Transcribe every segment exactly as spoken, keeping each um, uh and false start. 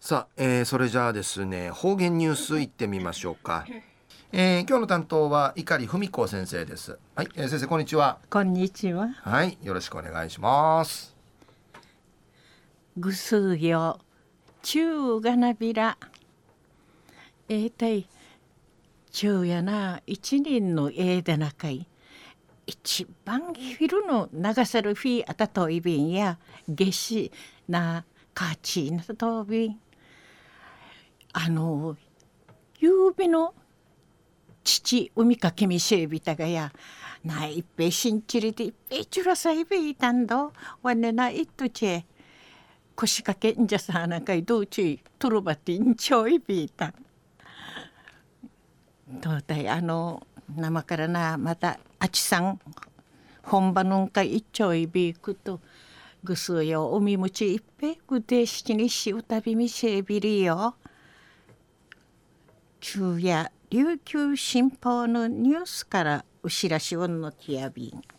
さあ、えー、それじゃあですね、方言ニュースいってみましょうか。えー、今日の担当は碇文子先生です。はい、えー、先生こんにちは。 こんにちは。 はい、よろしくお願いします。 ぐすうよ中がなびらえー、たい中やな一人のえーでなかい一番昼の長さるフィーあたといびんや夏至なかちなとびんあの夕べの父海かきみせびたがやな一平しんちりで一平ちゅらさいびいたんどわねないっとちえ腰掛けんじゃさなんかいどうちいとるばってんちょいびいたんどうだいあの生からなまたあちさん本場のんかいっちょいびいくとぐすよおみむちいっぺぐでしちにしうたびみせびりよ昼夜琉球新報のニュースからうしらしおんのきやびん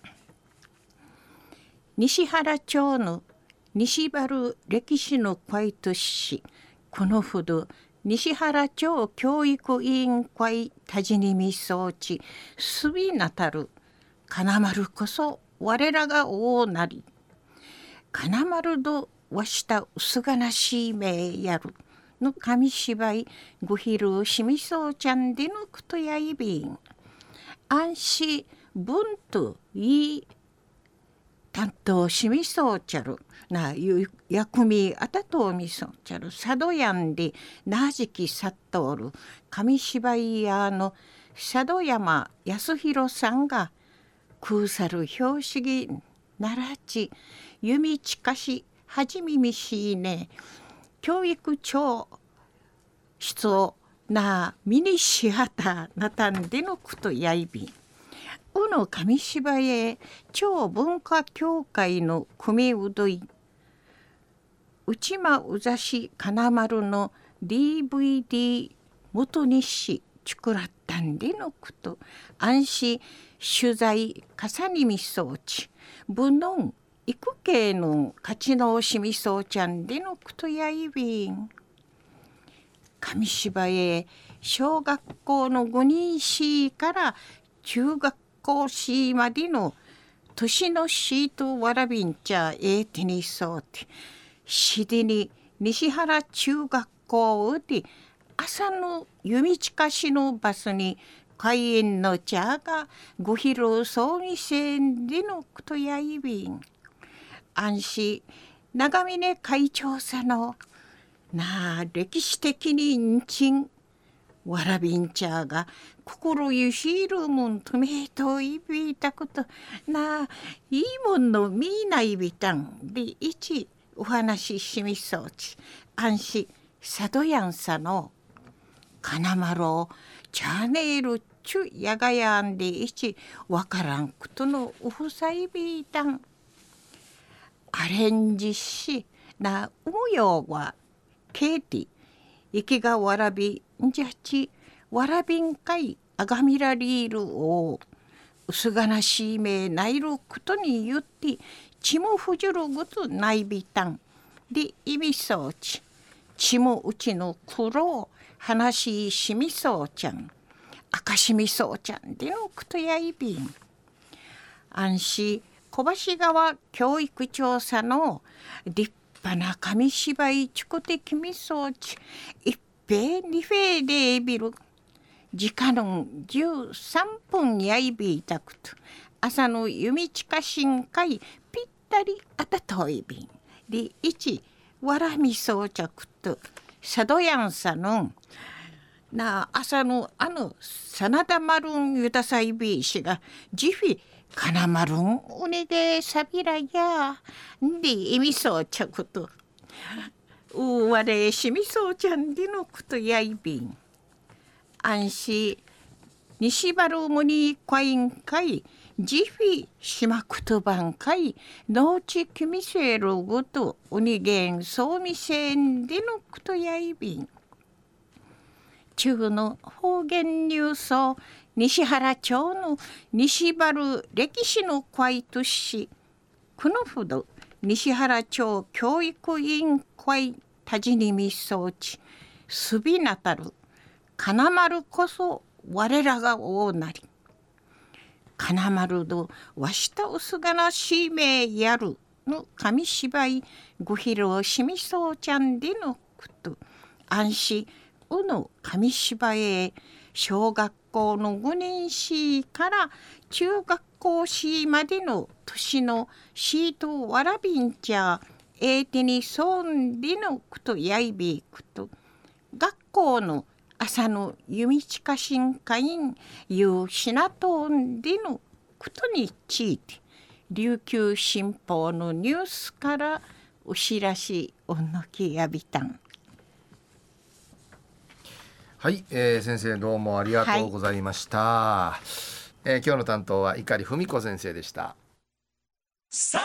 西原町の西原歴史の会都市このほど西原町教育委員会たじにみ装置すびなたる金丸こそ我らが大なり金丸どわした薄がなしいめやるの紙芝居ごひるしみそうちゃんでのくとやいびん安心文といい担当しみそうちゃるなゆ薬味あたとみそうちゃる佐渡やんでなじきさっとおる紙芝居屋の佐渡山康弘さんが空さる標識ならち弓近しはじみみしいね教育庁室をなミニシアターなたんでのくとやいびんうの紙芝居へ超文化協会の組うどい内間うざし金丸の ディーブイディー 元にしちくらったんでのくと安心取材かさにみ装置ぶのん育系の勝ちのしみそうちゃんでのくとやいびん紙芝居へ小学校のごにんしから中学校しまでの年のしとわらびんちゃえてにそうてしでに西原中学校で朝の弓近しのバスに開園の茶がご披露そうみせんでのことやいびん安心長峰会長さのなあ歴史的にんちんわらびんちゃが心ゆしるもんとめといびいたことなあいいもんのみないびたんでいちお話ししみそうち安心佐渡やんさの金丸をチャネールちゅやがやんでいちわからんことのおふさいびいたんアレンジしなうむようはケーティ池がわらびんじゃちわらびんかいあがみらりるを薄がなしめないることによってちもふじるぐとないびたんでいみそうちちもうちの苦労話しみそうちゃんあかしみそうちゃんでのことやいびん安心小橋川教育調査の立派な紙芝居ちこてきみそうち一平二平でビル時間のじゅうさんぷんやいびいたくと朝の弓近深海ぴったりあたといびんでいちわらみそうちゃくと佐渡やんさのなあ朝のあの真田丸んゆたさいびいしがジフィ金丸んおねげさびらやんでいみそうちゃくとうわれしみそうちゃんでのことやいびん安心西原むに会員会ジフィしまくとばん会農地きみせるごとおにげんそうみせんでのことやいびん中の方言ニュースを西原町の西原歴史の会都市このほど西原町教育委員会たじにみそうちすびなたる金丸こそ我らが王なり金丸どわしたうすがなしめやるの紙芝居ご披露しみそうちゃんでのこと安心うの紙芝居へ小学校のごねんしから中学校しまでの年のシートわらびんちゃえいてにそんでのことやいびくと学校の朝の弓近新会員いうしなとんでのことについて琉球新報のニュースからお知らしおのきやびたん。 はい、えー、先生どうもありがとうございました、はい、えー、今日の担当は碇文子先生でした。